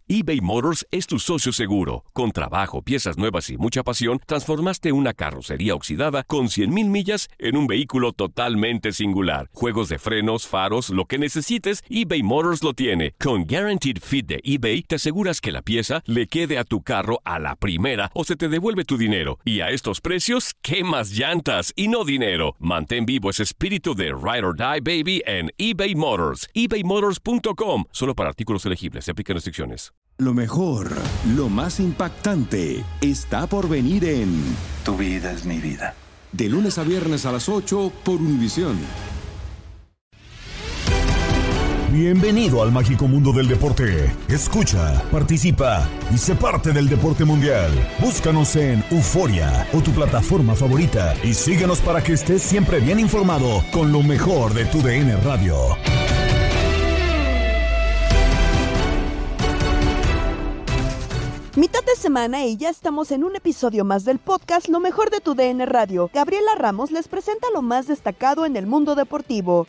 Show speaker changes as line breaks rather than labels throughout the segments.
eBay Motors es tu socio seguro. Con trabajo, piezas nuevas y mucha pasión, transformaste una carrocería oxidada con 100,000 millas en un vehículo totalmente singular. Juegos de frenos, faros, lo que necesites, eBay Motors lo tiene. Con Guaranteed Fit de eBay, te aseguras que la pieza le quede a tu carro a la primera o se te devuelve tu dinero. Y a estos precios, ¿qué más llantas y no dinero? Mantén vivo ese espíritu de Ride or Die, baby, en eBay Motors. ebaymotors.com. Solo para artículos elegibles. Se aplican restricciones.
Lo mejor, lo más impactante, está por venir en
Tu vida es mi vida.
De lunes a viernes a las 8 por Univisión.
Bienvenido al mágico mundo del deporte. Escucha, participa y sé parte del deporte mundial. Búscanos en Euforia o tu plataforma favorita y síguenos para que estés siempre bien informado con lo mejor de tu DN Radio.
Mitad de semana y ya estamos en un episodio más del podcast Lo mejor de tu DN Radio. Gabriela Ramos les presenta lo más destacado en el mundo deportivo.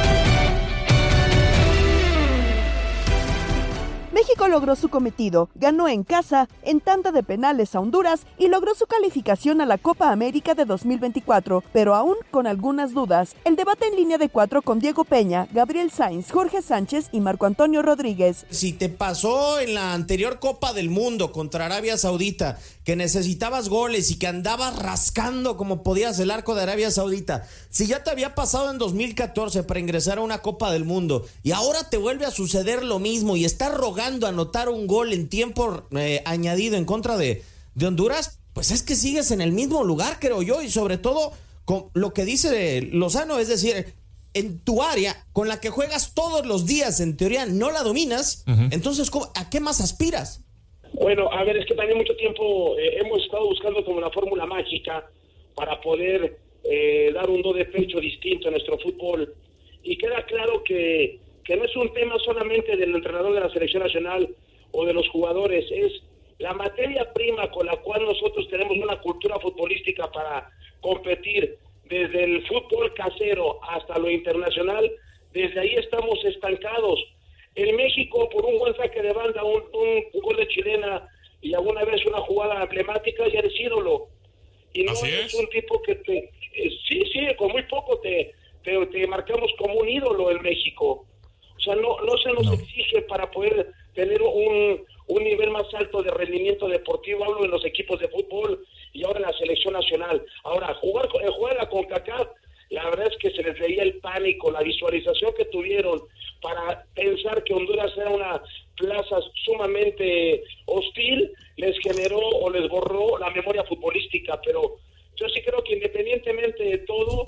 México logró su cometido, ganó en casa, en tanda de penales a Honduras y logró su calificación a la Copa América de 2024, pero aún con algunas dudas. El debate en línea de 4 con Diego Peña, Gabriel Sainz, Jorge Sánchez y Marco Antonio Rodríguez.
Si te pasó en la anterior Copa del Mundo contra Arabia Saudita, que necesitabas goles y que andabas rascando como podías el arco de Arabia Saudita, si ya te había pasado en 2014 para ingresar a una Copa del Mundo y ahora te vuelve a suceder lo mismo y estás rogando anotar un gol en tiempo añadido en contra de Honduras, pues es que sigues en el mismo lugar, creo yo, y sobre todo con lo que dice Lozano, es decir, en tu área con la que juegas todos los días, en teoría no la dominas, entonces ¿a qué más aspiras?
Bueno, a ver, es que también mucho tiempo hemos estado buscando como la fórmula mágica para poder dar un do de pecho distinto a nuestro fútbol, y queda claro que no es un tema solamente del entrenador de la selección nacional o de los jugadores, es la materia prima con la cual nosotros tenemos una cultura futbolística para competir, desde el fútbol casero hasta lo internacional. Desde ahí estamos estancados. En México, por un buen saque de banda, un gol de chilena y alguna vez una jugada emblemática, ya eres ídolo. Y no es un tipo que sí, con muy poco te marcamos como un ídolo en México. O sea, no se nos exige para poder tener un nivel más alto de rendimiento deportivo. Hablo en los equipos de fútbol y ahora en la selección nacional. Ahora, jugar la CONCACAF, la verdad es que se les veía el pánico, la visualización que tuvieron para pensar que Honduras era una plaza sumamente hostil, les generó o les borró la memoria futbolística. Pero yo sí creo que independientemente de todo,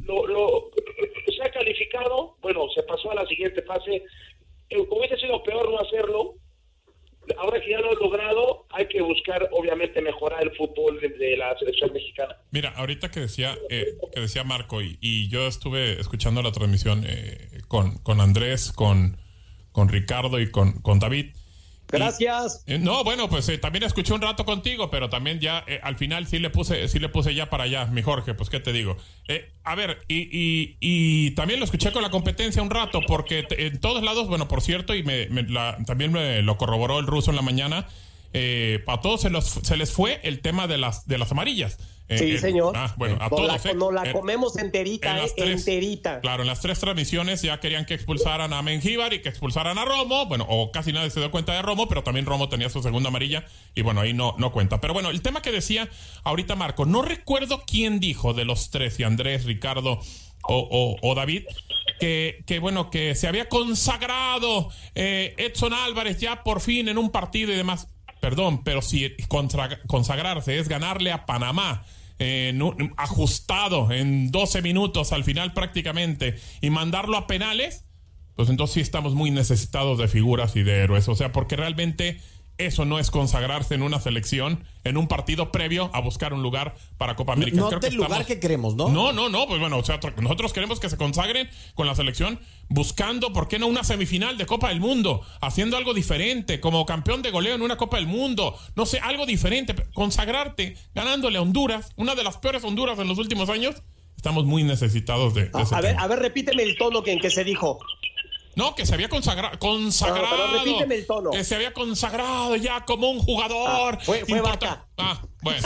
se ha calificado, bueno, se pasó a la siguiente fase. Hubiese sido peor no hacerlo. Ahora que ya lo he logrado, hay que buscar, obviamente, mejorar el fútbol de la selección mexicana.
Mira, ahorita que decía Marco, y yo estuve escuchando la transmisión con Andrés, con Ricardo y con David.
Gracias.
No, bueno, pues también escuché un rato contigo, pero también ya al final sí le puse ya para allá, mi Jorge, pues qué te digo. A ver, y también lo escuché con la competencia un rato, porque en todos lados, bueno, por cierto, y también me lo corroboró el ruso en la mañana, a todos se les fue el tema de las amarillas.
Sí, señor.
Bueno, a todos.
Nos la comemos enterita, enterita.
Claro, en las 3 transmisiones ya querían que expulsaran a Mengíbar y que expulsaran a Romo. Bueno, o casi nadie se dio cuenta de Romo, pero también Romo tenía su segunda amarilla y bueno, ahí no cuenta. Pero bueno, el tema que decía ahorita Marco, no recuerdo quién dijo de los 3, si Andrés, Ricardo o David, que bueno, que se había consagrado Edson Álvarez ya por fin en un partido y demás. Perdón, pero si consagrarse es ganarle a Panamá ajustado en 12 minutos al final prácticamente y mandarlo a penales, pues entonces sí estamos muy necesitados de figuras y de héroes. O sea, porque realmente eso no es consagrarse en una selección, en un partido previo a buscar un lugar para Copa América.
No del lugar que queremos, ¿no?
No, pues bueno, o sea, nosotros queremos que se consagren con la selección buscando, ¿por qué no una semifinal de Copa del Mundo? Haciendo algo diferente, como campeón de goleo en una Copa del Mundo, no sé, algo diferente, consagrarte, ganándole a Honduras, una de las peores Honduras en los últimos años. Estamos muy necesitados de ese
a ver, repíteme el tono en que se dijo.
No, que se había consagrado.
Pero repíteme el tono.
Que se había consagrado ya como un jugador.
Fue Vaca.
Bueno,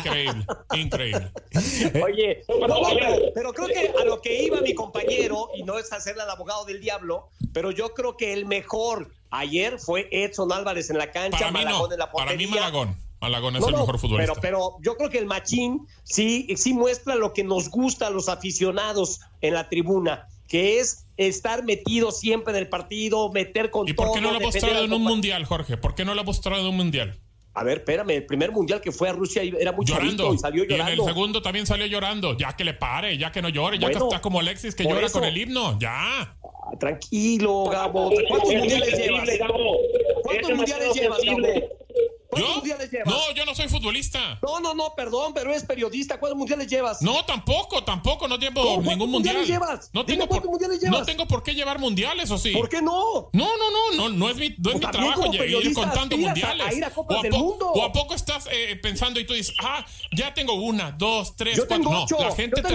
increíble.
Oye, pero creo que a lo que iba mi compañero, y no es hacerle al abogado del diablo, pero yo creo que el mejor ayer fue Edson Álvarez en la cancha,
para mí
Malagón en la portería.
Para mí Malagón es el mejor futbolista.
Pero yo creo que el Machín sí muestra lo que nos gusta a los aficionados en la tribuna, que es estar metido siempre en el partido, meter con todo.
¿Y por qué no lo ha mostrado en un mundial, Jorge? ¿Por qué no lo ha mostrado en un mundial?
A ver, espérame, el primer mundial que fue a Rusia era muy chavito y salió llorando.
Y en el segundo también salió llorando. Ya que le pare, ya que no llore, ya que está como Alexis que llora con el himno, ya.
Tranquilo, Gabo. ¿Cuántos mundiales llevas? ¿Cuántos mundiales llevas, Gabo? ¿Cuántos mundiales llevas?
No, yo no soy futbolista.
No, perdón, pero eres periodista. ¿Cuántos mundiales llevas?
No, tampoco no llevo ningún mundial.
Llevas? ¿Cuántos mundiales llevas?
No tengo por qué llevar mundiales, ¿o sí?
¿Por qué no?
No es mi trabajo ir contando mundiales.
A ir a Copas del Mundo.
¿O a poco estás pensando y tú dices, ya tengo 1, 2, 3,
yo
4?
Tengo 8.
No,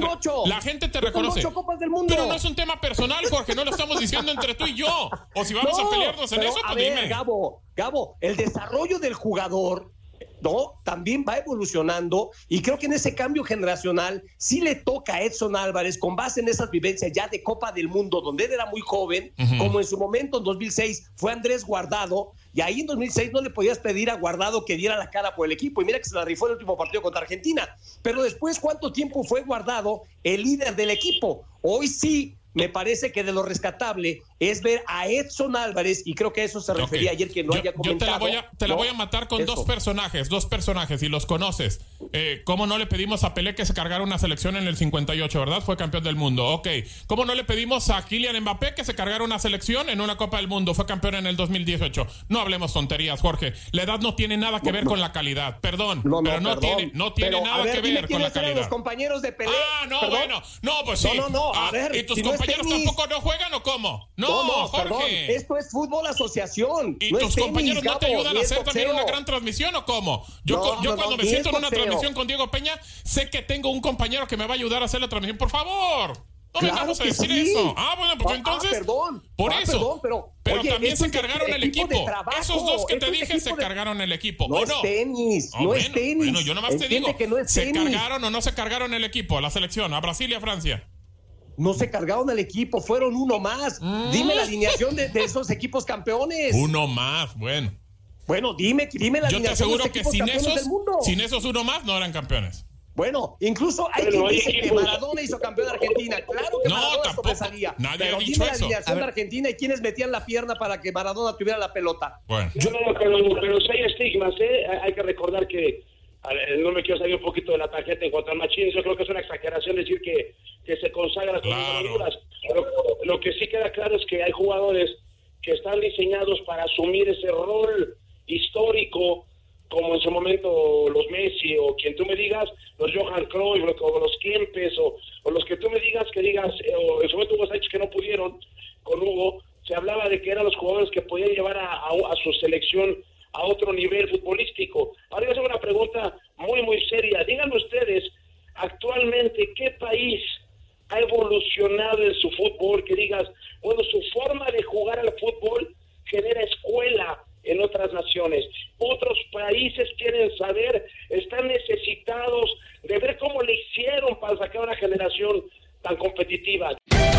la gente te reconoce.
Tengo 8 Copas del Mundo.
Pero no es un tema personal, Jorge, no lo estamos diciendo entre tú y yo. O si vamos a pelearnos en eso, pues dime.
Gabo, el desarrollo del jugador, ¿no? También va evolucionando y creo que en ese cambio generacional sí le toca a Edson Álvarez, con base en esas vivencias ya de Copa del Mundo, donde él era muy joven, como en su momento en 2006 fue Andrés Guardado, y ahí en 2006 no le podías pedir a Guardado que diera la cara por el equipo, y mira que se la rifó en el último partido contra Argentina, pero después, ¿cuánto tiempo fue Guardado el líder del equipo? Hoy sí, me parece que de lo rescatable es ver a Edson Álvarez, y creo que a eso se refería ayer, que no haya comentado.
Yo te la voy a matar con dos personajes, y los conoces. ¿Cómo no le pedimos a Pelé que se cargara una selección en el 58, verdad? Fue campeón del mundo, ok. ¿Cómo no le pedimos a Kylian Mbappé que se cargara una selección en una Copa del Mundo? Fue campeón en el 2018. No hablemos tonterías, Jorge. La edad no tiene nada que ver con la calidad, perdón. No tiene nada que ver con la calidad.
Los compañeros de Pelé.
Pues sí.
A ver,
¿y tus compañeros tampoco no juegan o cómo? No, Jorge.
Perdón, esto es fútbol asociación.
¿Y tus compañeros no te ayudan a hacer también una gran transmisión o cómo? Yo cuando me siento en una transmisión con Diego Peña, sé que tengo un compañero que me va a ayudar a hacer la transmisión. Por favor, no vengamos a decir eso. Bueno, pues entonces, por eso. Pero oye, también se cargaron el equipo. Esos dos que te dije se cargaron el equipo.
No es tenis, no es tenis.
Bueno, yo nomás te digo, ¿se cargaron o no se cargaron el equipo, la selección, a Brasil y a Francia?
No se cargaron al equipo, fueron uno más. Dime la alineación de esos equipos campeones.
Uno más, bueno.
Bueno, dime la alineación.
Yo te aseguro que
sin
esos uno más no eran campeones.
Bueno, incluso hay quien dice que Maradona hizo campeón de Argentina. Claro que Maradona sobresalía.
Nadie
pero
ha dicho
dime la
eso.
alineación de Argentina y quienes metían la pierna para que Maradona tuviera la pelota.
Bueno.
Pero si hay estigmas, hay que recordar que no me quiero salir un poquito de la tarjeta en cuanto al Machín. Yo creo que es una exageración decir que se consagra con duras. Lo que sí queda claro es que hay jugadores que están diseñados para asumir ese rol histórico, como en su momento los Messi o quien tú me digas, los Johan Cruyff o los Kempes o los que tú me digas o en su momento Hugo Sánchez, que no pudieron con Hugo. Se hablaba de que eran los jugadores que podían llevar a su selección a otro nivel futbolístico. Ahora yo hago una pregunta muy, muy seria. Díganme ustedes, actualmente, ¿qué país ha evolucionado en su fútbol? Que digas, bueno, su forma de jugar al fútbol genera escuela en otras naciones. Otros países quieren saber, están necesitados de ver cómo le hicieron para sacar una generación tan competitiva.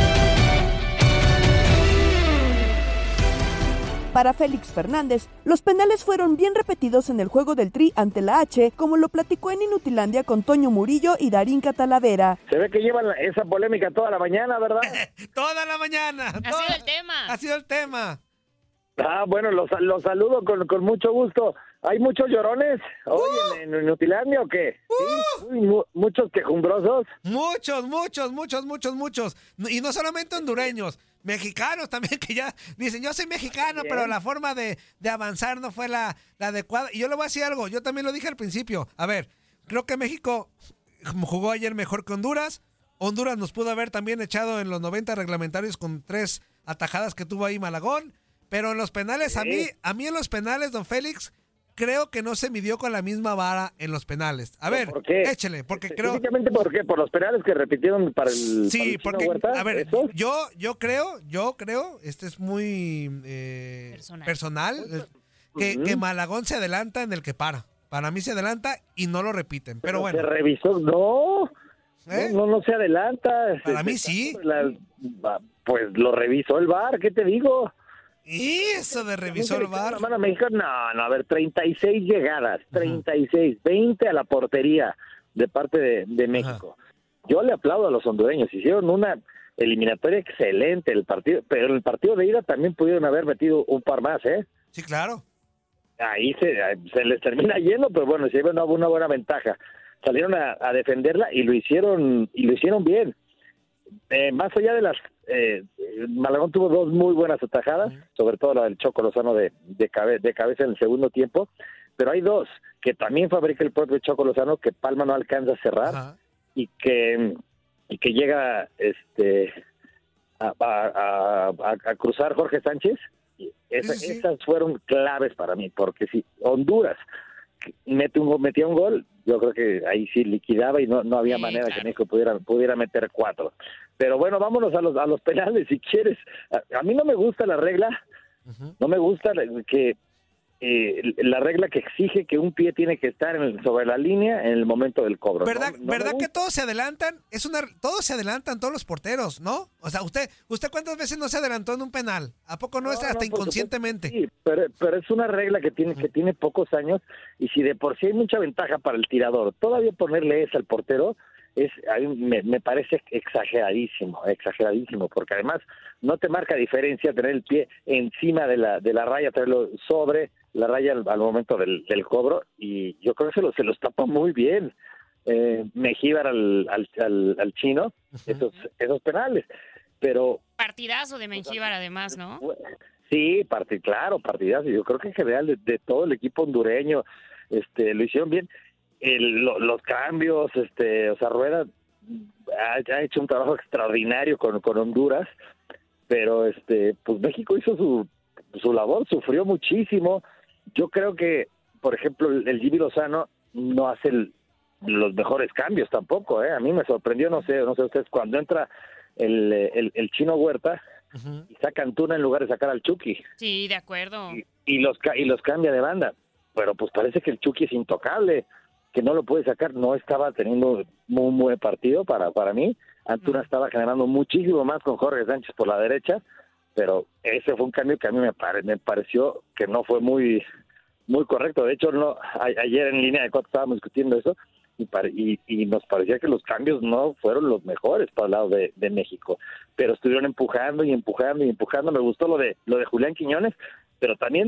Para Félix Fernández, los penales fueron bien repetidos en el juego del Tri ante la H, como lo platicó en Inutilandia con Toño Murillo y Darín Catalavera.
Se ve que llevan esa polémica toda la mañana, ¿verdad?
Toda la mañana. Ha sido el tema.
Bueno, los saludo con mucho gusto. ¿Hay muchos llorones hoy en Inutilandia o qué? ¿Sí? ¿Muchos quejumbrosos?
Muchos. Y no solamente hondureños, mexicanos también, que ya dicen, yo soy mexicano, pero la forma de avanzar no fue la adecuada. Y yo le voy a decir algo, yo también lo dije al principio. A ver, creo que México jugó ayer mejor que Honduras. Honduras nos pudo haber también echado en los 90 reglamentarios con 3 atajadas que tuvo ahí Malagón. Pero en los penales, a mí en los penales, don Félix, creo que no se midió con la misma vara en los penales. A ver,
¿por qué?
échele, porque creo...
Específicamente, ¿por qué? ¿Por los penales que repitieron para el
Sí, porque,
Huerta?
a ver,
¿Esos?
yo creo, este es muy personal, que Malagón se adelanta en el que para. Para mí se adelanta y no lo repiten, pero bueno.
Se revisó, no se adelanta.
Para mí sí.
Pues lo revisó el VAR, ¿qué te digo?
¿Y eso de revisó el VAR?
La México, no, a ver, 36 llegadas, 36, 20 a la portería de parte de México. Yo le aplaudo a los hondureños, hicieron una eliminatoria excelente el partido, pero en el partido de ida también pudieron haber metido un par más, ¿eh?
Sí, claro.
Ahí se les termina yendo, pero bueno, se llevan una buena ventaja. Salieron a defenderla y lo hicieron bien. Más allá de las Malagón tuvo dos muy buenas atajadas, sobre todo la del Choco Lozano de cabeza en el segundo tiempo, pero hay dos que también fabrica el propio Choco Lozano que Palma no alcanza a cerrar y que llega a cruzar Jorge Sánchez. Esas fueron claves para mí, porque si Honduras metía un gol, yo creo que ahí sí liquidaba y no había manera que México pudiera meter 4. Pero bueno, vámonos a los penales si quieres. A mí no me gusta la regla, no me gusta que la regla que exige que un pie tiene que estar sobre la línea en el momento del cobro.
¿Verdad que todos se adelantan? Todos se adelantan, todos los porteros, ¿no? O sea, ¿usted cuántas veces no se adelantó en un penal? ¿A poco no es hasta inconscientemente?
Sí, pero es una regla que tiene pocos años, y si de por sí hay mucha ventaja para el tirador, todavía ponerle esa al portero me parece exageradísimo, porque además no te marca diferencia tener el pie encima de la raya, tenerlo sobre la raya al momento del cobro, y yo creo que se los tapa muy bien Mengíbar al chino, esos penales, pero...
Partidazo de Mengíbar además, ¿no?
Sí, partidazo, yo creo que en general de todo el equipo hondureño lo hicieron bien. Los cambios, o sea, Rueda ha hecho un trabajo extraordinario con Honduras, pero pues México hizo su labor, sufrió muchísimo. Yo creo que, por ejemplo, el Jimmy Lozano no hace los mejores cambios tampoco, a mí me sorprendió, no sé ustedes, cuando entra el chino Huerta y saca Antuna en lugar de sacar al Chucky.
Sí, de acuerdo.
Y los cambia de banda, pero pues parece que el Chucky es intocable, que no lo puede sacar. No estaba teniendo muy buen partido para mí. Antuna estaba generando muchísimo más con Jorge Sánchez por la derecha, pero ese fue un cambio que a mí me pareció que no fue muy correcto. De hecho, ayer en línea de cuatro estábamos discutiendo eso y nos parecía que los cambios no fueron los mejores para el lado de México, pero estuvieron empujando. Me gustó lo de Julián Quiñones, pero también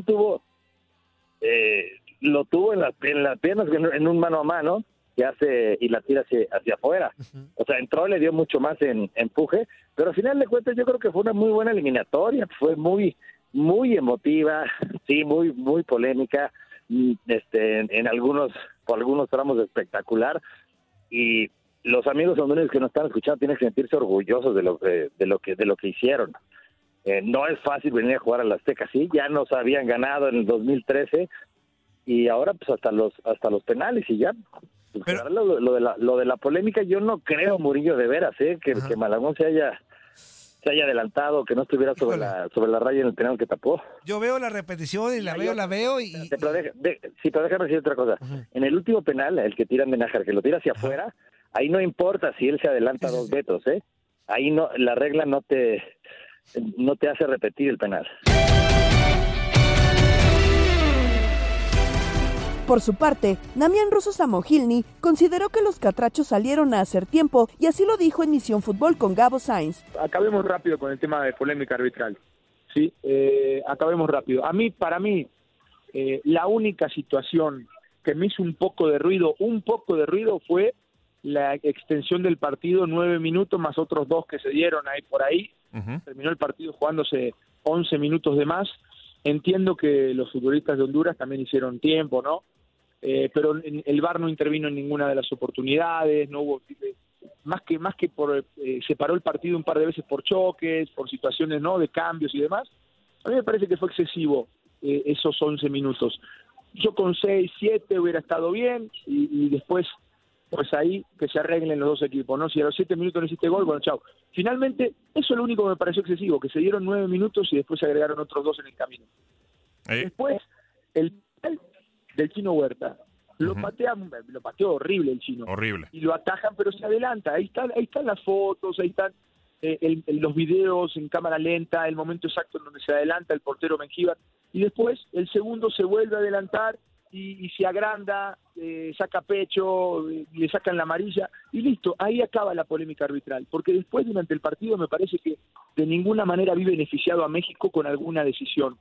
lo tuvo en las piernas en un mano a mano y la tira hacia afuera. O sea, entró, le dio mucho más en empuje, pero al final de cuentas yo creo que fue una muy buena eliminatoria, fue muy emotiva, sí, muy polémica, por algunos tramos espectacular, y los amigos hondureños que nos están escuchando tienen que sentirse orgullosos de lo que hicieron. No es fácil venir a jugar a la Azteca, sí, ya nos habían ganado en el 2013 y ahora pues hasta los penales y ya. Pero lo de la polémica, yo no creo, Murillo, de veras, que Malagón se haya adelantado, que no estuviera sobre la raya en el penal que tapó.
Yo veo la repetición y la veo y...
Pero déjame decir otra cosa. En el último penal, el que tiran de Nájar, que lo tira hacia afuera, ahí no importa si él se adelanta 2 metros, ahí no, la regla no te hace repetir el penal.
Por su parte, Damián Russo Samogilny consideró que los catrachos salieron a hacer tiempo y así lo dijo en Misión Fútbol con Gabo Sainz.
Acabemos rápido con el tema de polémica arbitral. Sí, acabemos rápido. Para mí, la única situación que me hizo un poco de ruido fue la extensión del partido, 9 minutos más otros 2 que se dieron ahí por ahí. Terminó el partido jugándose 11 minutos de más. Entiendo que los futbolistas de Honduras también hicieron tiempo, ¿no? Pero el VAR no intervino en ninguna de las oportunidades, no hubo más que se paró el partido un par de veces por choques, por situaciones, ¿no?, de cambios y demás. A mí me parece que fue excesivo esos 11 minutos. yo con 6, 7 hubiera estado bien y después, pues ahí que se arreglen los dos equipos, ¿no? Si a los 7 minutos no hiciste gol, bueno, chao. Finalmente, eso es lo único que me pareció excesivo, que se dieron 9 minutos y después se agregaron otros 2 en el camino. Después, el penal del Chino Huerta, lo pateó horrible el Chino.
Horrible.
Y lo atajan, pero se adelanta. Ahí están las fotos, ahí están los videos en cámara lenta, el momento exacto en donde se adelanta el portero Mengíbar. Y después, el segundo se vuelve a adelantar y se agranda, saca pecho, le sacan la amarilla y listo, ahí acaba la polémica arbitral, porque después durante el partido me parece que de ninguna manera vi beneficiado a México con alguna decisión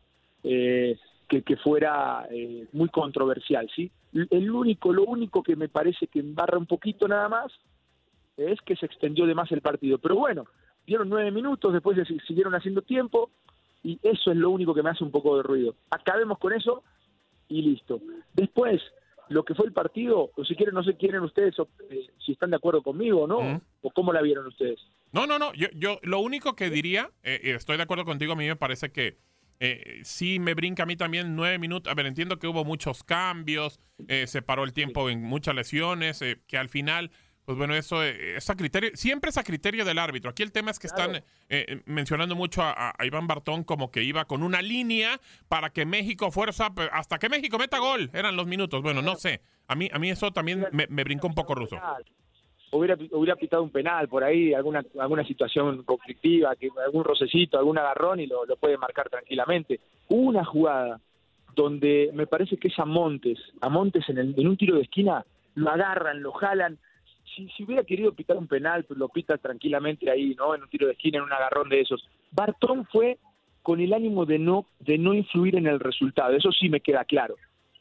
que fuera muy controversial, ¿sí? Lo único que me parece que embarra un poquito nada más es que se extendió de más el partido, pero bueno, dieron 9 minutos, después siguieron haciendo tiempo y eso es lo único que me hace un poco de ruido. Acabemos con eso y listo. Después, lo que fue el partido, o si quieren, no sé, quieren ustedes, si están de acuerdo conmigo, ¿no? ¿O cómo la vieron ustedes?
No, yo lo único que diría, estoy de acuerdo contigo, a mí me parece que sí me brinca a mí también 9 minutos. A ver, entiendo que hubo muchos cambios, se paró el tiempo en muchas lesiones, que al final, pues bueno, eso es a criterio, siempre es a criterio del árbitro. Aquí el tema es que están mencionando mucho a Iván Bartón como que iba con una línea para que México fuerza, hasta que México meta gol, eran los minutos. Bueno, no sé, a mí eso también me brincó un poco, Ruso.
Hubiera pitado un penal por ahí, alguna situación conflictiva, algún rocecito, algún agarrón y lo puede marcar tranquilamente. Hubo una jugada donde me parece que es a Montes en un tiro de esquina, lo agarran, lo jalan. Si hubiera querido pitar un penal, pues lo pita tranquilamente ahí, ¿no? En un tiro de esquina, en un agarrón de esos. Bartón fue con el ánimo de no influir en el resultado, eso sí me queda claro.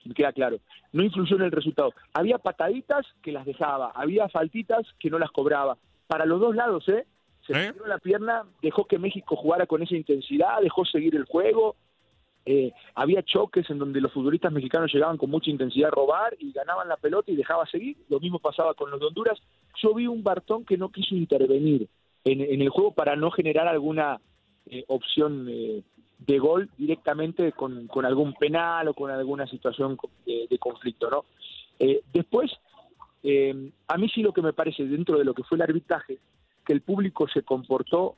No influyó en el resultado. Había pataditas que las dejaba, había faltitas que no las cobraba. Para los dos lados, se tiró la pierna, dejó que México jugara con esa intensidad, dejó seguir el juego. Había choques en donde los futbolistas mexicanos llegaban con mucha intensidad a robar y ganaban la pelota y dejaba seguir. Lo mismo pasaba con los de Honduras. Yo vi un Bartón que no quiso intervenir en el juego para no generar alguna opción de gol directamente con algún penal o con alguna situación de conflicto, ¿no? Después, a mí sí lo que me parece dentro de lo que fue el arbitraje, que el público se comportó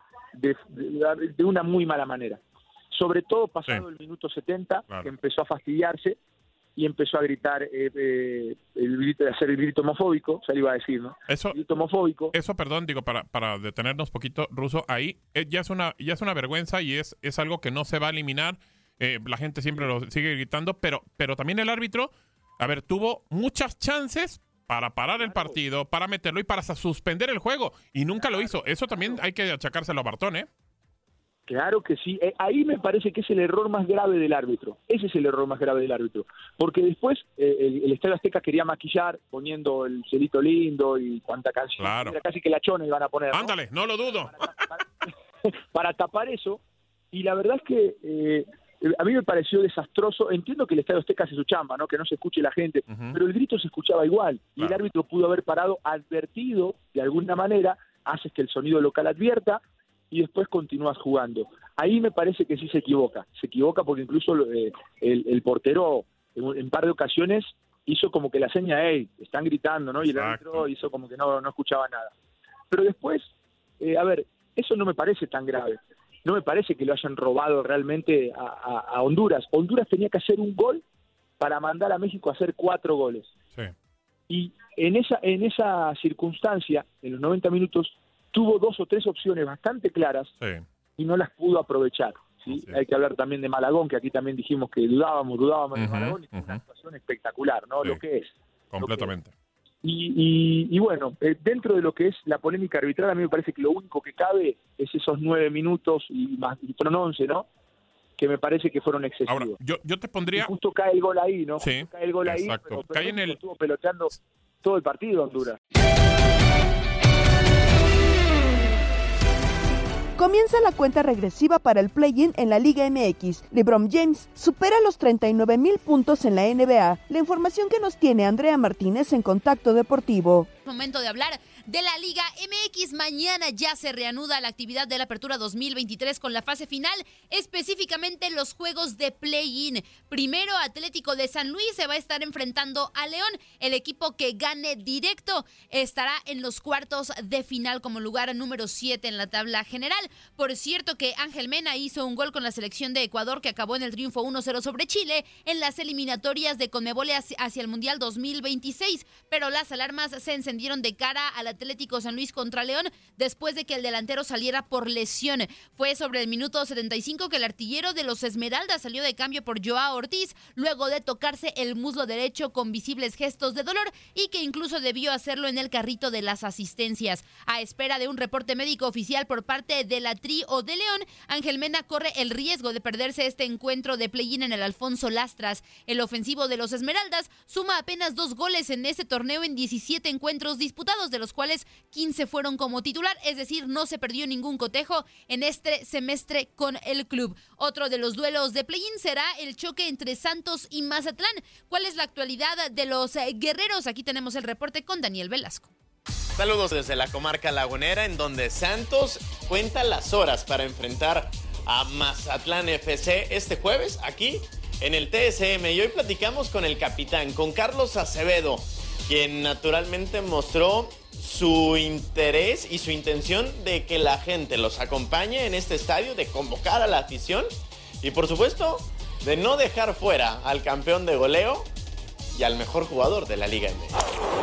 de una muy mala manera. Sobre todo pasado el minuto 70, claro, que empezó a fastidiarse y empezó a gritar hacer el grito homofóbico, se le iba a decir, ¿no?
Eso,
el grito homofóbico.
Eso, perdón, digo, para detenernos poquito, Ruso, ahí ya es una vergüenza y es algo que no se va a eliminar. La gente siempre lo sigue gritando, pero también el árbitro, a ver, tuvo muchas chances para parar el partido, para meterlo y para suspender el juego, y nunca lo hizo. Eso también hay que achacárselo a Bartón, ¿eh?
Claro que sí. Ahí me parece que es el error más grave del árbitro. Ese es el error más grave del árbitro. Porque después el Estadio Azteca quería maquillar poniendo el cielito lindo y cuánta canción.
Claro.
Era casi que la chona iban a poner, ¿no?
Ándale, no lo dudo.
Para tapar eso. Y la verdad es que a mí me pareció desastroso. Entiendo que el Estadio Azteca hace su chamba, ¿no? Que no se escuche la gente. Pero el grito se escuchaba igual. Claro. Y el árbitro pudo haber parado, advertido de alguna manera, haces que el sonido local advierta, y después continúas jugando. Ahí me parece que sí se equivoca porque incluso el portero en un par de ocasiones hizo como que la seña, están gritando, ¿no? Y el árbitro hizo como que no escuchaba nada. Pero después, a ver, eso no me parece tan grave. No me parece que lo hayan robado realmente a Honduras. Honduras tenía que hacer un gol para mandar a México a hacer 4 goles. Sí. Y en esa circunstancia, en los 90 minutos, tuvo 2 o 3 opciones bastante claras y no las pudo aprovechar. ¿sí? Hay que hablar también de Malagón, que aquí también dijimos que dudábamos de Malagón, y fue una actuación espectacular, ¿no? Lo que es.
Completamente.
Y bueno, dentro de lo que es la polémica arbitral, a mí me parece que lo único que cabe es esos 9 minutos y fueron 11, ¿no? Que me parece que fueron excesivos.
Ahora, yo te pondría...
Y justo cae el gol ahí, ¿no?
Sí,
cae el gol
exacto.
Ahí, pero
cae en el...
estuvo peloteando todo el partido Honduras.
Comienza la cuenta regresiva para el play-in en la Liga MX. LeBron James supera los 39,000 puntos en la NBA. La información que nos tiene Andrea Martínez en Contacto Deportivo.
momento de hablar de la Liga MX. Mañana ya se reanuda la actividad de la Apertura 2023 con la fase final, específicamente los juegos de play-in. Primero, Atlético de San Luis se va a estar enfrentando a León. El equipo que gane directo estará en los cuartos de final como lugar número 7 en la tabla general. Por cierto que Ángel Mena hizo un gol con la selección de Ecuador que acabó en el triunfo 1-0 sobre Chile en las eliminatorias de Conmebol hacia el Mundial 2026, pero las alarmas se encendieron de cara al Atlético San Luis contra León después de que el delantero saliera por lesión. Fue sobre el minuto 75 que el artillero de los Esmeraldas salió de cambio por Joao Ortiz luego de tocarse el muslo derecho con visibles gestos de dolor y que incluso debió hacerlo en el carrito de las asistencias. A espera de un reporte médico oficial por parte de la Tri o de León, Ángel Mena corre el riesgo de perderse este encuentro de play-in en el Alfonso Lastras. El ofensivo de los Esmeraldas suma apenas 2 goles en este torneo en 17 encuentros disputados, de los cuales 15 fueron como titular, es decir, no se perdió ningún cotejo en este semestre con el club. Otro de los duelos de play-in será el choque entre Santos y Mazatlán. ¿Cuál es la actualidad de los guerreros? Aquí tenemos el reporte con Daniel Velasco.
Saludos desde la comarca lagunera, en donde Santos cuenta las horas para enfrentar a Mazatlán FC este jueves aquí en el TSM. Y hoy platicamos con el capitán, con Carlos Acevedo, quien naturalmente mostró su interés y su intención de que la gente los acompañe en este estadio, de convocar a la afición y por supuesto de no dejar fuera al campeón de goleo y al mejor jugador de la Liga MX.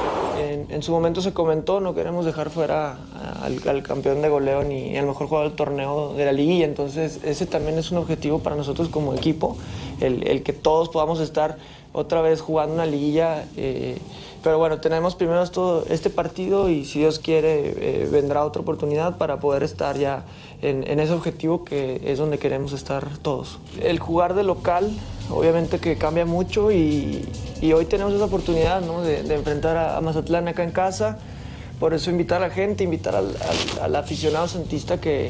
En su momento se comentó, no queremos dejar fuera al campeón de goleo ni al mejor jugador del torneo de la liguilla, entonces ese también es un objetivo para nosotros como equipo, el que todos podamos estar otra vez jugando una liguilla, pero bueno, tenemos primero todo este partido y si Dios quiere vendrá otra oportunidad para poder estar ya en ese objetivo que es donde queremos estar todos. El jugar de local obviamente que cambia mucho y hoy tenemos esa oportunidad, ¿no? de enfrentar a Mazatlán acá en casa, por eso invitar a la gente, invitar al aficionado santista que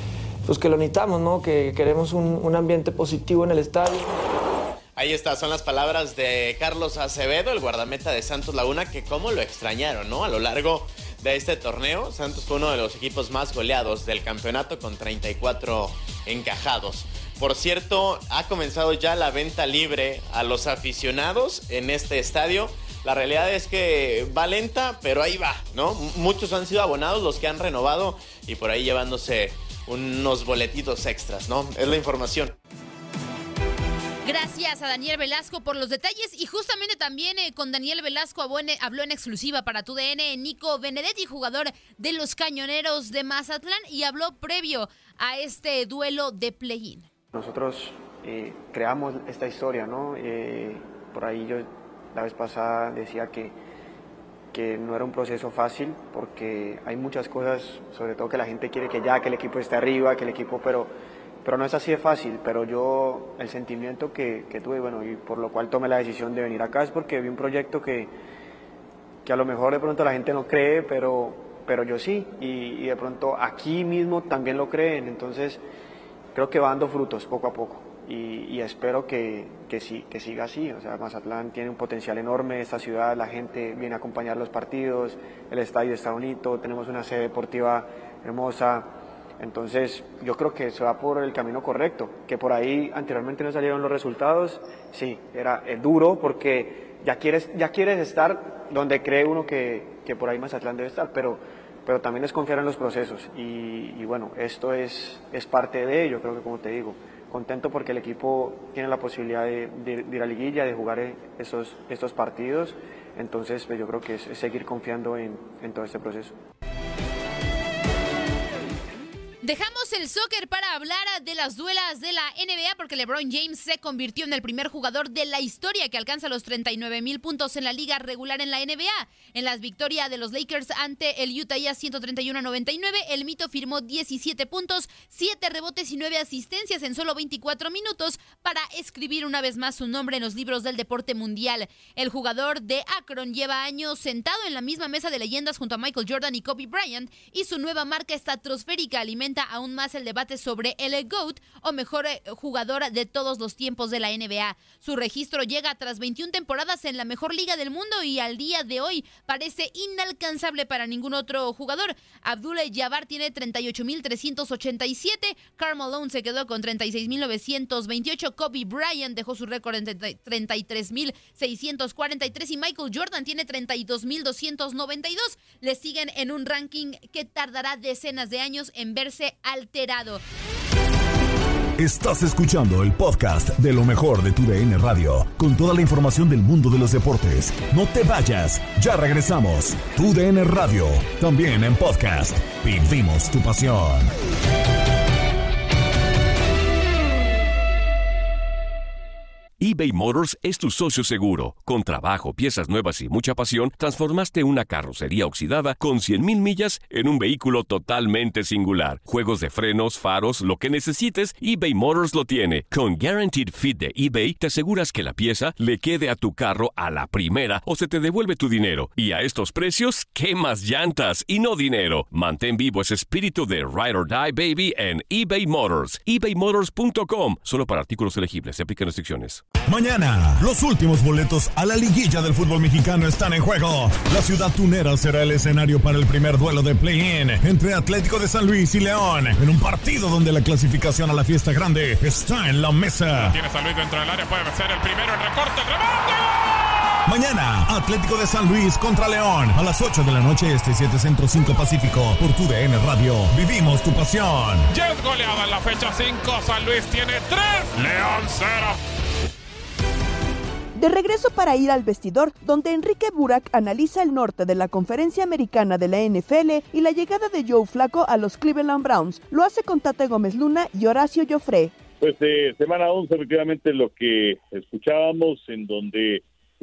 lo necesitamos, ¿no? Que queremos un ambiente positivo en el estadio.
Ahí está, son las palabras de Carlos Acevedo, el guardameta de Santos Laguna, que cómo lo extrañaron, ¿no? A lo largo de este torneo, Santos fue uno de los equipos más goleados del campeonato con 34 encajados. Por cierto, ha comenzado ya la venta libre a los aficionados en este estadio. La realidad es que va lenta, pero ahí va, ¿no? Muchos han sido abonados, los que han renovado y por ahí llevándose unos boletitos extras, ¿no? Es la información.
Gracias a Daniel Velasco por los detalles y justamente también con Daniel Velasco habló en exclusiva para TUDN Nico Benedetti, jugador de los Cañoneros de Mazatlán, y habló previo a este duelo de play-in.
Nosotros creamos esta historia, ¿no? Por ahí yo la vez pasada decía que no era un proceso fácil porque hay muchas cosas, sobre todo que la gente quiere que el equipo esté arriba, que el equipo, pero no es así de fácil. Pero yo, el sentimiento que tuve, bueno, y por lo cual tomé la decisión de venir acá es porque vi un proyecto que a lo mejor de pronto la gente no cree, pero yo sí, y de pronto aquí mismo también lo creen, entonces creo que va dando frutos poco a poco y espero que siga así. O sea, Mazatlán tiene un potencial enorme, esta ciudad, la gente viene a acompañar los partidos, el estadio está bonito, tenemos una sede deportiva hermosa, entonces yo creo que se va por el camino correcto, que por ahí anteriormente no salieron los resultados, sí, era duro porque ya quieres estar donde cree uno que por ahí Mazatlán debe estar, pero también es confiar en los procesos y bueno, esto es parte de ello. Creo que, como te digo, contento porque el equipo tiene la posibilidad de ir a liguilla, de jugar estos partidos, entonces pues, yo creo que es seguir confiando en todo este proceso.
Dejamos el soccer para hablar de las duelas de la NBA porque LeBron James se convirtió en el primer jugador de la historia que alcanza los 39,000 puntos en la liga regular en la NBA. En las victorias de los Lakers ante el Utah Jazz 131-99, el mito firmó 17 puntos, 7 rebotes y 9 asistencias en solo 24 minutos para escribir una vez más su nombre en los libros del deporte mundial. El jugador de Akron lleva años sentado en la misma mesa de leyendas junto a Michael Jordan y Kobe Bryant y su nueva marca estratosférica alimenta aumenta aún más el debate sobre el GOAT o mejor jugador de todos los tiempos de la NBA. Su registro llega tras 21 temporadas en la mejor liga del mundo y al día de hoy parece inalcanzable para ningún otro jugador. Abdul-Jabbar tiene 38,387, Karl Malone se quedó con 36,928, Kobe Bryant dejó su récord en 33,643 y Michael Jordan tiene 32,292. Le siguen en un ranking que tardará decenas de años en verse alterado.
Estás escuchando el podcast de lo mejor de TUDN Radio, con toda la información del mundo de los deportes. No te vayas, ya regresamos. TUDN Radio, también en podcast. Vivimos tu pasión.
eBay Motors es tu socio seguro. Con trabajo, piezas nuevas y mucha pasión, transformaste una carrocería oxidada con 100,000 millas en un vehículo totalmente singular. Juegos de frenos, faros, lo que necesites, eBay Motors lo tiene. Con Guaranteed Fit de eBay, te aseguras que la pieza le quede a tu carro a la primera o se te devuelve tu dinero. Y a estos precios, ¿qué más llantas y no dinero? Mantén vivo ese espíritu de Ride or Die, baby, en eBay Motors. ebaymotors.com. Solo para artículos elegibles. Se aplican restricciones.
Mañana, los últimos boletos a la liguilla del fútbol mexicano están en juego. La ciudad tunera será el escenario para el primer duelo de play-in entre Atlético de San Luis y León, en un partido donde la clasificación a la fiesta grande está en la mesa.
Tiene San Luis dentro del área, puede ser el primero en recorte, ¡remate!
Mañana, Atlético de San Luis contra León, a las 8 de la noche, 7 Centro 5 Pacífico, por TUDN Radio. Vivimos tu pasión.
Ya es goleada en la fecha 5, San Luis tiene 3, León 0.
De regreso para ir al vestidor, donde Enrique Burak analiza el norte de la Conferencia Americana de la NFL y la llegada de Joe Flacco a los Cleveland Browns. Lo hace con Tate Gómez Luna y Horacio Joffre.
Pues semana 11, efectivamente, lo que escuchábamos, en donde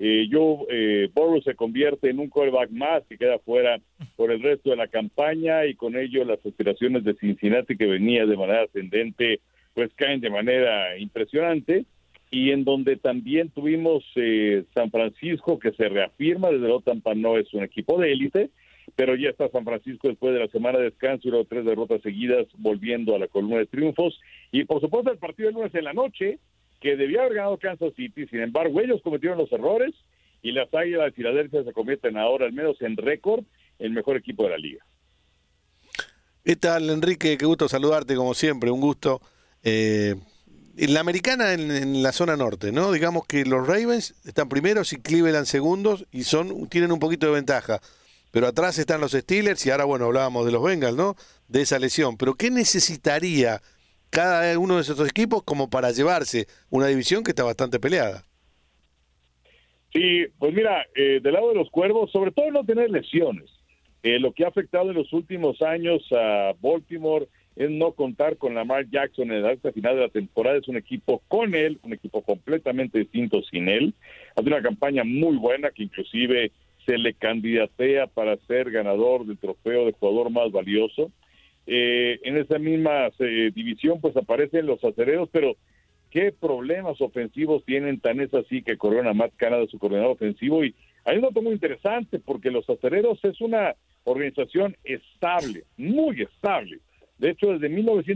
Burrow se convierte en un quarterback más que queda fuera por el resto de la campaña, y con ello las aspiraciones de Cincinnati, que venía de manera ascendente, pues caen de manera impresionante. Y en donde también tuvimos San Francisco, que se reafirma, desde luego Tampa no es un equipo de élite, pero ya está San Francisco después de la semana de descanso y luego 3 derrotas seguidas, volviendo a la columna de triunfos. Y por supuesto el partido del lunes en la noche, que debía haber ganado Kansas City, sin embargo ellos cometieron los errores y las Águilas de Filadelfia se convierten ahora, al menos en récord, el mejor equipo de la liga.
¿Qué tal, Enrique? Qué gusto saludarte, como siempre, un gusto. En la americana, en la zona norte, ¿no? Digamos que los Ravens están primeros y Cleveland segundos y tienen un poquito de ventaja. Pero atrás están los Steelers y ahora, bueno, hablábamos de los Bengals, ¿no? De esa lesión. Pero ¿qué necesitaría cada uno de esos equipos como para llevarse una división que está bastante peleada?
Sí, pues mira, del lado de los Cuervos, sobre todo no tener lesiones. Lo que ha afectado en los últimos años a Baltimore es no contar con Lamar Jackson en la recta final de la temporada. Es un equipo con él, un equipo completamente distinto sin él. Hace una campaña muy buena que inclusive se le candidatea para ser ganador del trofeo de jugador más valioso. En esa misma división pues aparecen los Acereros, pero qué problemas ofensivos tienen, tan es así que corrieron a Matt Canada, su coordinador ofensivo. Y hay un dato muy interesante, porque los Acereros es una organización estable, muy estable. De hecho, desde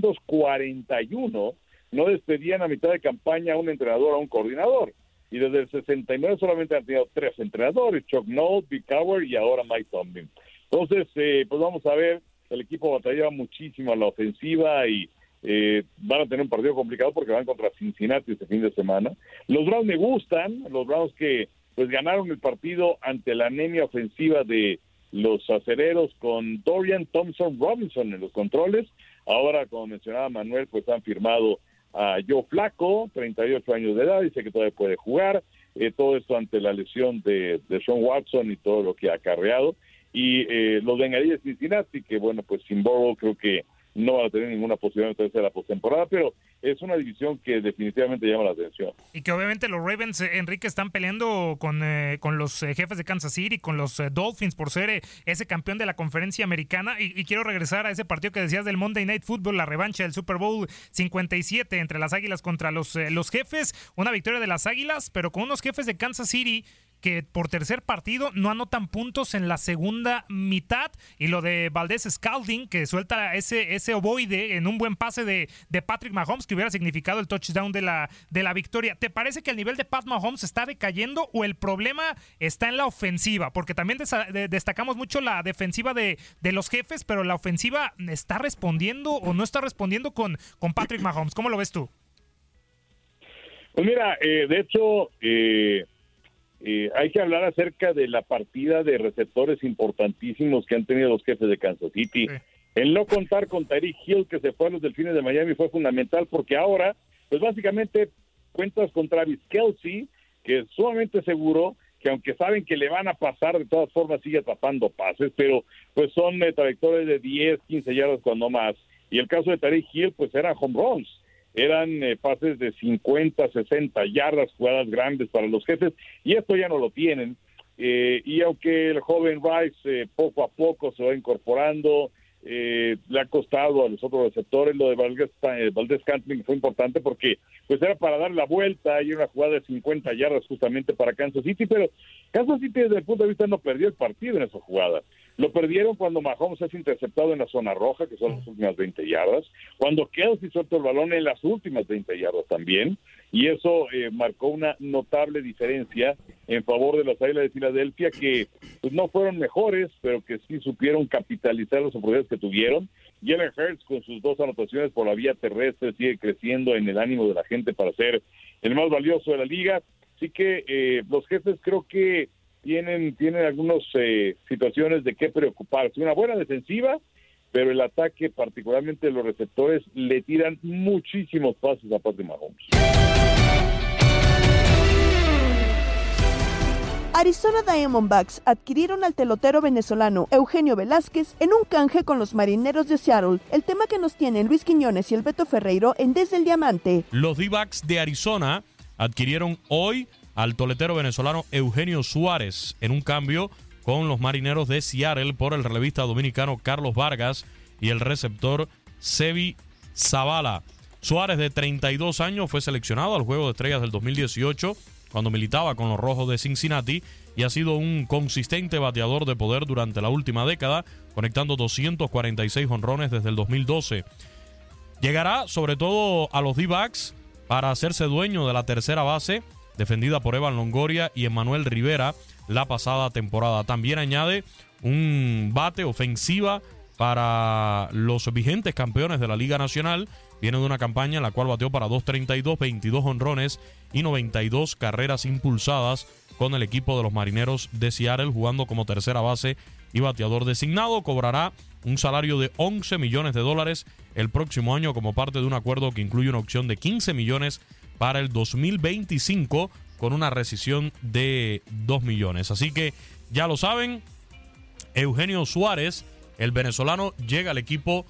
1941 no despedían a mitad de campaña a un entrenador, a un coordinador. Y desde el 69 solamente han tenido 3 entrenadores, Chuck Noll, Bill Cowher y ahora Mike Tomlin. Entonces, pues vamos a ver, el equipo batallaba muchísimo a la ofensiva y van a tener un partido complicado porque van contra Cincinnati este fin de semana. Los Browns me gustan, los Browns que pues ganaron el partido ante la anemia ofensiva de los Acereros, con Dorian Thompson-Robinson en los controles. Ahora, como mencionaba Manuel, pues han firmado a Joe Flacco, 38 años de edad, dice que todavía puede jugar. Todo esto ante la lesión de Sean Watson y todo lo que ha acarreado. Y los Bengalíes de Cincinnati, que bueno, pues sin Burrow creo que no van a tener ninguna posibilidad de tercera postemporada, pero es una división que definitivamente llama la atención.
Y que obviamente los Ravens, Enrique, están peleando con los jefes de Kansas City, con los Dolphins por ser ese campeón de la conferencia americana. Y quiero regresar a ese partido que decías del Monday Night Football, la revancha del Super Bowl 57 entre las Águilas contra los jefes. Una victoria de las Águilas, pero con unos jefes de Kansas City que por tercer partido no anotan puntos en la segunda mitad, y lo de Valdez-Scalding, que suelta ese ovoide en un buen pase de Patrick Mahomes, que hubiera significado el touchdown de la victoria. ¿Te parece que el nivel de Pat Mahomes está decayendo o el problema está en la ofensiva? Porque también destacamos mucho la defensiva de los Jefes, pero la ofensiva ¿está respondiendo o no está respondiendo con Patrick Mahomes? ¿Cómo lo ves tú?
Pues mira, de hecho, hay que hablar acerca de la partida de receptores importantísimos que han tenido los Jefes de Kansas City. Sí. El no contar con Tyreek Hill, que se fue a los Delfines de Miami, fue fundamental porque ahora, pues básicamente cuentas con Travis Kelce, que es sumamente seguro, que aunque saben que le van a pasar, de todas formas sigue atrapando pases, pero pues son trayectorias de 10, 15 yardas cuando más. Y el caso de Tyreek Hill, pues eran home runs. Eran pases de 50, 60 yardas, jugadas grandes para los Jefes, y esto ya no lo tienen. Y aunque el joven Rice poco a poco se va incorporando, le ha costado a los otros receptores, lo de Valdez-Scantling fue importante porque pues era para dar la vuelta y una jugada de 50 yardas justamente para Kansas City, pero Kansas City desde el punto de vista no perdió el partido en esa jugada. Lo perdieron cuando Mahomes es interceptado en la zona roja, que son las últimas 20 yardas, cuando Kelce suelta el balón en las últimas 20 yardas también, y eso marcó una notable diferencia en favor de las Águilas de Filadelfia, que pues no fueron mejores, pero que sí supieron capitalizar las oportunidades que tuvieron. Jalen Hurts con sus 2 anotaciones por la vía terrestre sigue creciendo en el ánimo de la gente para ser el más valioso de la liga. Así que los Jefes creo que tienen algunas situaciones de qué preocuparse. Una buena defensiva, pero el ataque, particularmente los receptores, le tiran muchísimos pases a Patrick Mahomes.
Arizona Diamondbacks adquirieron al pelotero venezolano Eugenio Velázquez en un canje con los Marineros de Seattle. El tema que nos tienen Luis Quiñones y el Beto Ferreiro en Desde el Diamante.
Los D-backs de Arizona adquirieron hoy al toletero venezolano Eugenio Suárez en un cambio con los Marineros de Seattle por el relevista dominicano Carlos Vargas y el receptor Sebi Zavala. Suárez, de 32 años, fue seleccionado al Juego de Estrellas del 2018 cuando militaba con los Rojos de Cincinnati y ha sido un consistente bateador de poder durante la última década, conectando 246 jonrones desde el 2012. Llegará sobre todo a los D-backs para hacerse dueño de la tercera base, defendida por Evan Longoria y Emmanuel Rivera la pasada temporada. También añade un bate ofensiva para los vigentes campeones de la Liga Nacional. Viene de una campaña en la cual bateó para 232, 22 jonrones y 92 carreras impulsadas con el equipo de los Marineros de Seattle, jugando como tercera base y bateador designado. Cobrará un salario de $11 millones el próximo año como parte de un acuerdo que incluye una opción de $15 millones para el 2025 con una rescisión de $2 millones. Así que ya lo saben, Eugenio Suárez, el venezolano, llega al equipo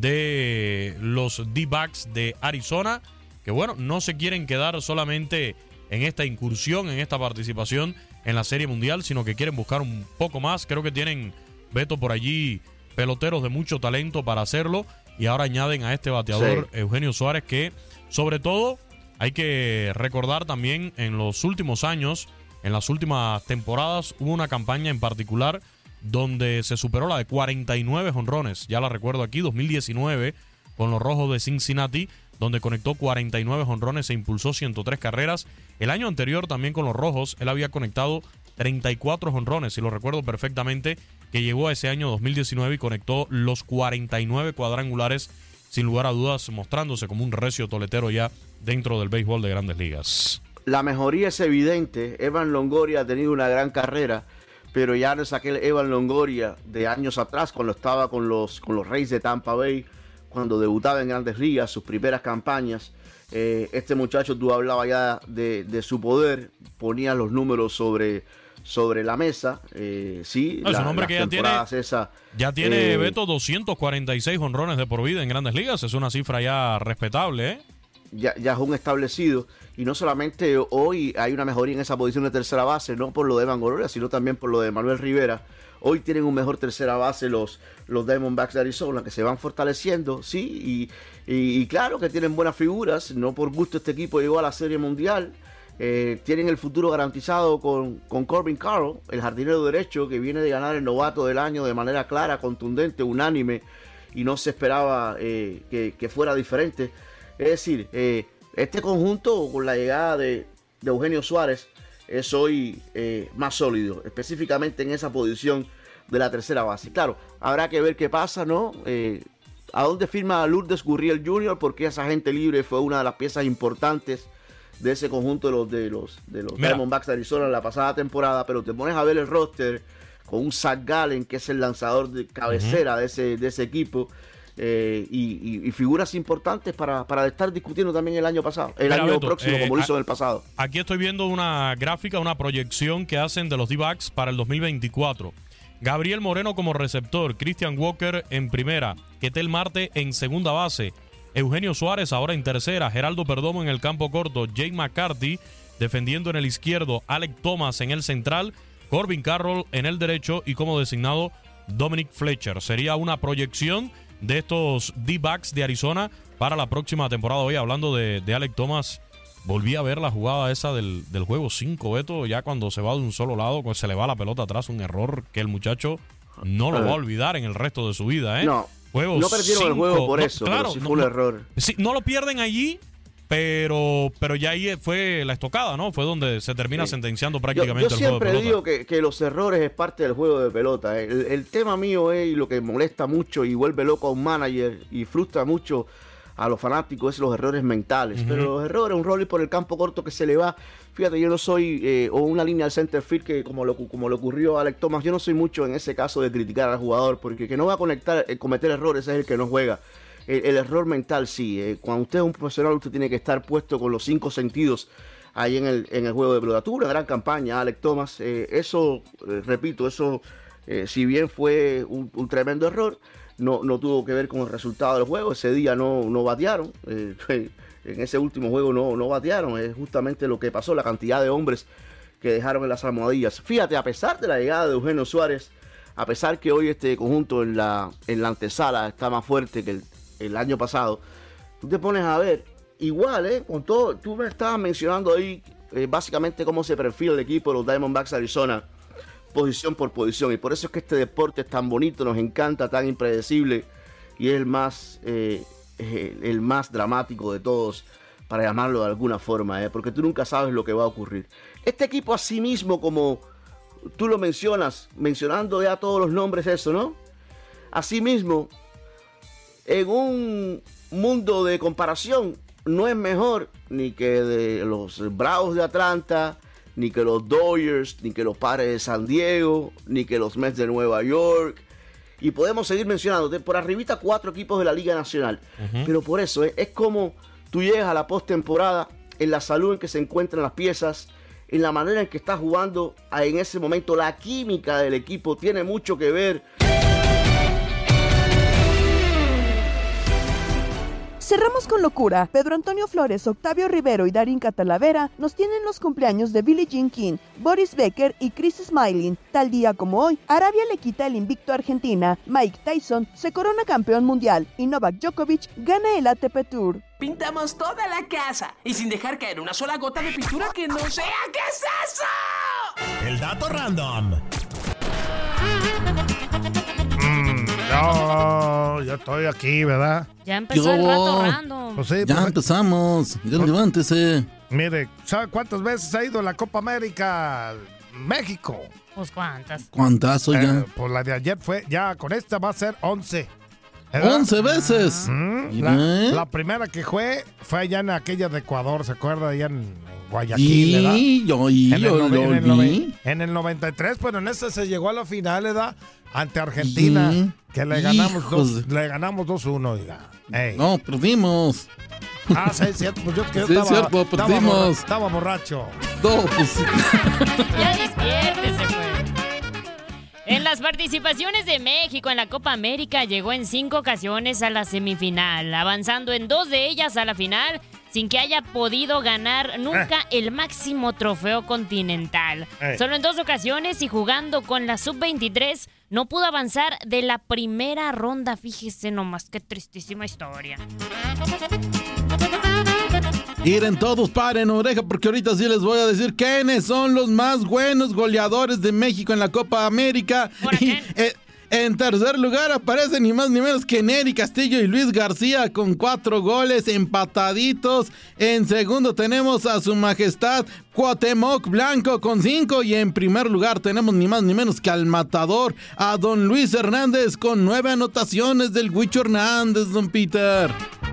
de los D-backs de Arizona, que bueno, no se quieren quedar solamente en esta incursión, en esta participación en la Serie Mundial, sino que quieren buscar un poco más. Creo que tienen, Beto, por allí peloteros de mucho talento para hacerlo, y ahora añaden a este bateador, sí, Eugenio Suárez, que sobre todo hay que recordar también en los últimos años, en las últimas temporadas, hubo una campaña en particular donde se superó la de 49 jonrones. Ya la recuerdo aquí, 2019, con los Rojos de Cincinnati, donde conectó 49 jonrones e impulsó 103 carreras. El año anterior también con los Rojos, él había conectado 34 jonrones, y lo recuerdo perfectamente, que llegó a ese año 2019 y conectó los 49 cuadrangulares, sin lugar a dudas, mostrándose como un recio toletero ya dentro del béisbol de Grandes Ligas.
La mejoría es evidente. Evan Longoria ha tenido una gran carrera, pero ya no es aquel Evan Longoria de años atrás, cuando estaba con los Rays de Tampa Bay, cuando debutaba en Grandes Ligas, sus primeras campañas. Este muchacho, tú hablabas ya de su poder, ponía los números sobre la mesa. Sí,
es un hombre que ya tiene Beto, 246 jonrones de por vida en Grandes Ligas. Es una cifra ya respetable, ¿eh?
Ya es un establecido, y no solamente hoy hay una mejoría en esa posición de tercera base, no por lo de Evan Longoria, sino también por lo de Manuel Rivera. Hoy tienen un mejor tercera base los Diamondbacks de Arizona, que se van fortaleciendo, sí, y claro que tienen buenas figuras. No por gusto este equipo llegó a la Serie Mundial. tienen el futuro garantizado con Corbin Carroll, el jardinero derecho que viene de ganar el novato del año de manera clara, contundente, unánime, y no se esperaba que fuera diferente. Es decir, este conjunto con la llegada de Eugenio Suárez es hoy más sólido, específicamente en esa posición de la tercera base. Claro, habrá que ver qué pasa, ¿no? ¿A dónde firma Lourdes Gurriel Jr.? Porque esa agente libre fue una de las piezas importantes de ese conjunto de los Diamondbacks de Arizona en la pasada temporada, pero te pones a ver el roster con un Zach Gallen, que es el lanzador de cabecera de ese equipo, y figuras importantes para estar discutiendo también el año pasado, el año próximo, como lo hizo en el pasado.
Aquí estoy viendo una gráfica, una proyección que hacen de los D-backs para el 2024. Gabriel Moreno como receptor, Christian Walker en primera, Ketel Marte en segunda base, Eugenio Suárez ahora en tercera, Geraldo Perdomo en el campo corto, Jake McCarthy defendiendo en el izquierdo, Alec Thomas en el central, Corbin Carroll en el derecho y como designado Dominic Fletcher. Sería una proyección de estos D-backs de Arizona para la próxima temporada. Hoy hablando de Alec Thomas, volví a ver la jugada esa del juego 5, Beto, ya cuando se va de un solo lado, pues se le va la pelota atrás, un error que el muchacho no lo va a olvidar en el resto de su vida, ¿eh?
No perdieron el juego por eso, claro, pero sí fue un error.
Sí, no lo pierden allí, pero ya ahí fue la estocada, ¿no? Fue donde se termina sentenciando prácticamente el juego de pelota.
Yo siempre digo que los errores es parte del juego de pelota. El tema mío es, y lo que molesta mucho y vuelve loco a un manager y frustra mucho a los fanáticos, es los errores mentales. Pero los errores, un rolling por el campo corto que se le va. Fíjate, yo no soy, o una línea al center field que como le ocurrió a Alec Thomas, yo no soy mucho en ese caso de criticar al jugador, porque que no va a cometer errores es el que no juega. El error mental sí. Cuando usted es un profesional, usted tiene que estar puesto con los 5 sentidos ahí en el juego de pelota. Tuvo una gran campaña, Alec Thomas. Repito, si bien fue un tremendo error, no tuvo que ver con el resultado del juego. Ese día no batearon. En ese último juego no batearon. Es justamente lo que pasó, la cantidad de hombres que dejaron en las almohadillas. Fíjate, a pesar de la llegada de Eugenio Suárez, a pesar que hoy este conjunto en la antesala está más fuerte que el año pasado, tú te pones a ver, igual, con todo, tú me estabas mencionando ahí básicamente cómo se perfila el equipo de los Diamondbacks de Arizona, posición por posición, y por eso es que este deporte es tan bonito, nos encanta, tan impredecible, y es el más dramático de todos, para llamarlo de alguna forma, porque tú nunca sabes lo que va a ocurrir. Este equipo así mismo, como tú lo mencionando ya todos los nombres, eso, ¿no? Así mismo, en un mundo de comparación, no es mejor ni que de los Bravos de Atlanta, ni que los Dodgers, ni que los Padres de San Diego, ni que los Mets de Nueva York. Y podemos seguir mencionando por arribita 4 equipos de la Liga Nacional. Pero por eso es como tú llegas a la postemporada, en la salud en que se encuentran las piezas, en la manera en que estás jugando en ese momento. La química del equipo tiene mucho que ver.
Cerramos con locura. Pedro Antonio Flores, Octavio Rivero y Darín Catalavera nos tienen los cumpleaños de Billie Jean King, Boris Becker y Chris Smalling. Tal día como hoy, Arabia le quita el invicto a Argentina, Mike Tyson se corona campeón mundial y Novak Djokovic gana el ATP Tour.
Pintamos toda la casa y sin dejar caer una sola gota de pintura que no sea. ¿Qué es eso?
El dato random.
Yo estoy aquí, ¿verdad?
Ya empezó el rato random.
Pues sí,
ya empezamos. Ya levántese.
Mire, ¿sabe cuántas veces ha ido la Copa América México?
Pues cuántas.
¿Cuántas ya?
Pues la de ayer fue, ya con esta va a ser 11.
11 veces.
La primera que fue allá en aquella de Ecuador, ¿se acuerda? Allá en Guayaquil, ¿verdad? En el 93, pero en esa se llegó a la final, ¿verdad? Ante Argentina, que le ganamos 2-1, diga.
No, perdimos.
Sí, es cierto. Pues yo
cierto, perdimos.
Estaba borracho.
No, pues.
Ya despiértese, pues. En las participaciones de México en la Copa América llegó en 5 ocasiones a la semifinal, avanzando en 2 de ellas a la final, sin que haya podido ganar nunca el máximo trofeo continental. Solo en 2 ocasiones y jugando con la Sub-23 no pudo avanzar de la primera ronda. Fíjese nomás qué tristísima historia.
Miren todos, paren oreja, porque ahorita sí les voy a decir quiénes son los más buenos goleadores de México en la Copa América. Y, en tercer lugar aparecen ni más ni menos que Nery Castillo y Luis García con 4 goles empataditos. En segundo tenemos a su majestad Cuauhtémoc Blanco con 5. Y en primer lugar tenemos ni más ni menos que al matador, a don Luis Hernández con 9 anotaciones del Huicho Hernández, don Peter.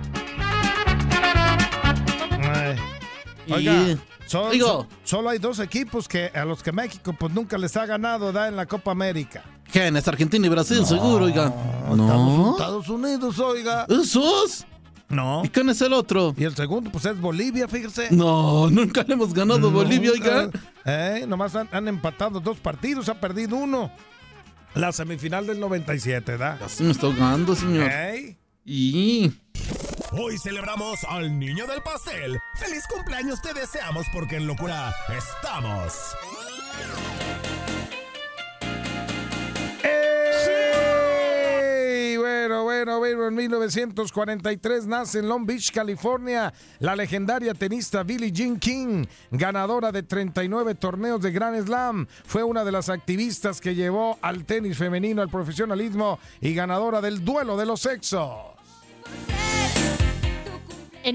Oiga, solo hay 2 equipos a los que México pues nunca les ha ganado en la Copa América.
¿Quién? Es Argentina y Brasil, seguro, oiga.
No. Estados Unidos, oiga.
¿Esos?
No.
¿Y quién es el otro?
Y el segundo, pues es Bolivia, fíjese.
No, nunca le hemos ganado a Bolivia, oiga.
Nomás han empatado 2 partidos, ha perdido 1. La semifinal del 97, ¿da?
Ya se me está ahogando, señor. Y...
Hoy celebramos al niño del pastel. ¡Feliz cumpleaños te deseamos porque en locura estamos!
Bueno, en 1943 nace en Long Beach, California, la legendaria tenista Billie Jean King, ganadora de 39 torneos de Grand Slam. Fue una de las activistas que llevó al tenis femenino al profesionalismo y ganadora del duelo de los sexos.
En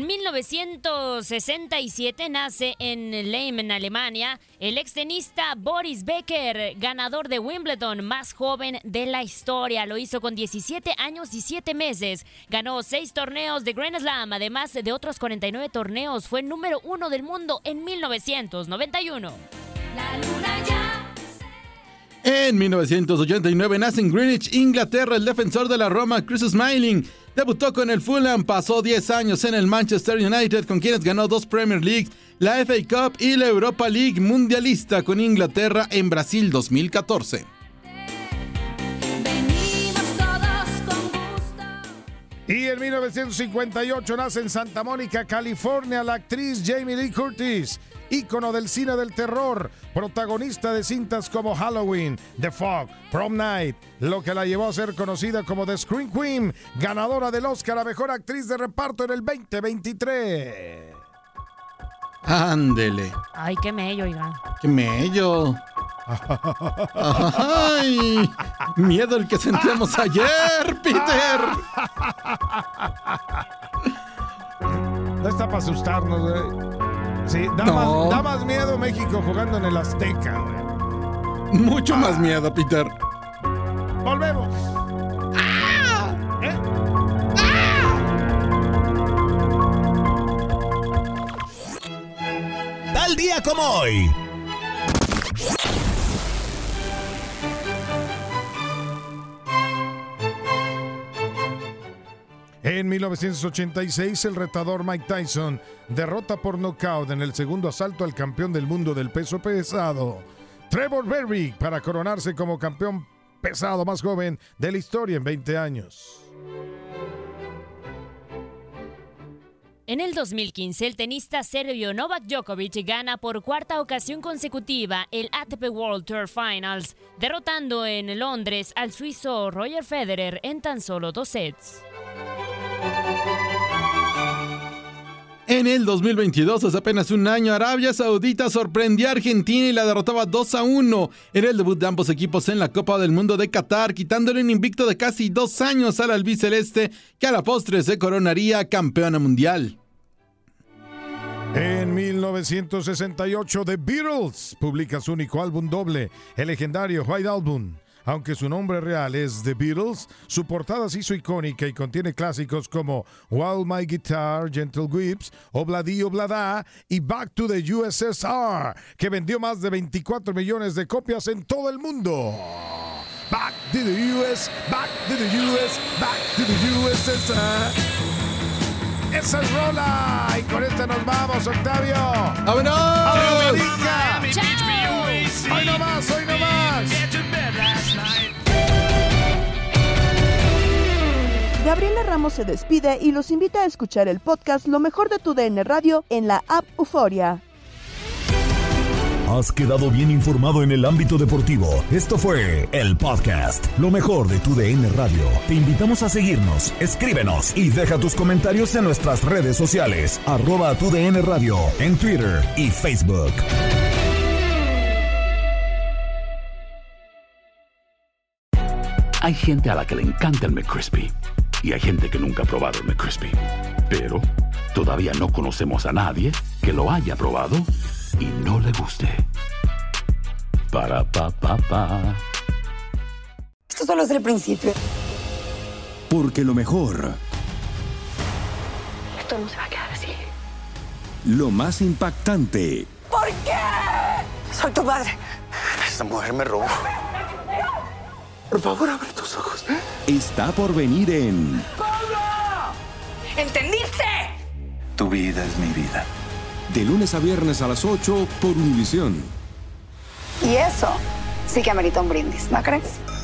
1967 nace en Leim, Alemania, el extenista Boris Becker, ganador de Wimbledon, más joven de la historia. Lo hizo con 17 años y 7 meses. Ganó 6 torneos de Grand Slam, además de otros 49 torneos. Fue número 1 del mundo en 1991. La luna ya...
En 1989 nace en Greenwich, Inglaterra, el defensor de la Roma, Chris Smalling. Debutó con el Fulham, pasó 10 años en el Manchester United, con quienes ganó 2 Premier League, la FA Cup y la Europa League, mundialista con Inglaterra en Brasil 2014.
Y en 1958 nace en Santa Mónica, California, la actriz Jamie Lee Curtis, ícono del cine del terror, protagonista de cintas como Halloween, The Fog, Prom Night, lo que la llevó a ser conocida como The Scream Queen, ganadora del Oscar a Mejor Actriz de Reparto en el 2023.
Ándele.
Ay, qué mello, oiga.
¡Qué mello! ¡Ay! Miedo el que sentíamos ayer, Peter.
No está para asustarnos, güey. Sí, da más miedo México jugando en el Azteca, güey.
Mucho más miedo, Peter.
Volvemos.
Tal día como hoy.
En 1986, el retador Mike Tyson derrota por nocaut en el segundo asalto al campeón del mundo del peso pesado, Trevor Berbick, para coronarse como campeón pesado más joven de la historia en 20 años.
En el 2015, el tenista serbio Novak Djokovic gana por 4ª ocasión consecutiva el ATP World Tour Finals, derrotando en Londres al suizo Roger Federer en tan solo 2 sets.
En el 2022, hace apenas un año, Arabia Saudita sorprendió a Argentina y la derrotaba 2-1 en el debut de ambos equipos en la Copa del Mundo de Qatar, quitándole un invicto de casi 2 años al albiceleste, que a la postre se coronaría campeona mundial.
En 1968, The Beatles publica su único álbum doble, el legendario White Album. Aunque su nombre real es The Beatles, su portada se hizo icónica y contiene clásicos como While My Guitar, Gentle Weeps, Obladi Oblada y Back to the USSR, que vendió más de 24 millones de copias en todo el mundo. Back to the US, back to the US, back to the USSR. ¡Esa es rola! Y con esta nos vamos, Octavio.
¡Vámonos!
¡América! ¡Hoy no más, hoy no más!
Gabriela Ramos se despide y los invita a escuchar el podcast Lo mejor de tu DN Radio en la app Euforia.
Has quedado bien informado en el ámbito deportivo. Esto fue el podcast, lo mejor de TUDN Radio. Te invitamos a seguirnos, escríbenos y deja tus comentarios en nuestras redes sociales, @TUDN Radio, en Twitter y Facebook.
Hay gente a la que le encanta el McCrispy y hay gente que nunca ha probado el McCrispy. Pero todavía no conocemos a nadie que lo haya probado y no le guste. Para pa pa pa.
Esto solo es el principio.
Porque lo mejor,
Esto no se va a quedar así.
lo más impactante,
¿Por qué? Soy tu madre.
esta mujer me robó. Por favor, abre tus ojos. Está por venir en
¡Pablo! ¿Entendiste?
Tu vida es mi vida. De lunes a viernes a las 8 por Univisión.
Y eso sí que amerita un brindis, ¿no crees?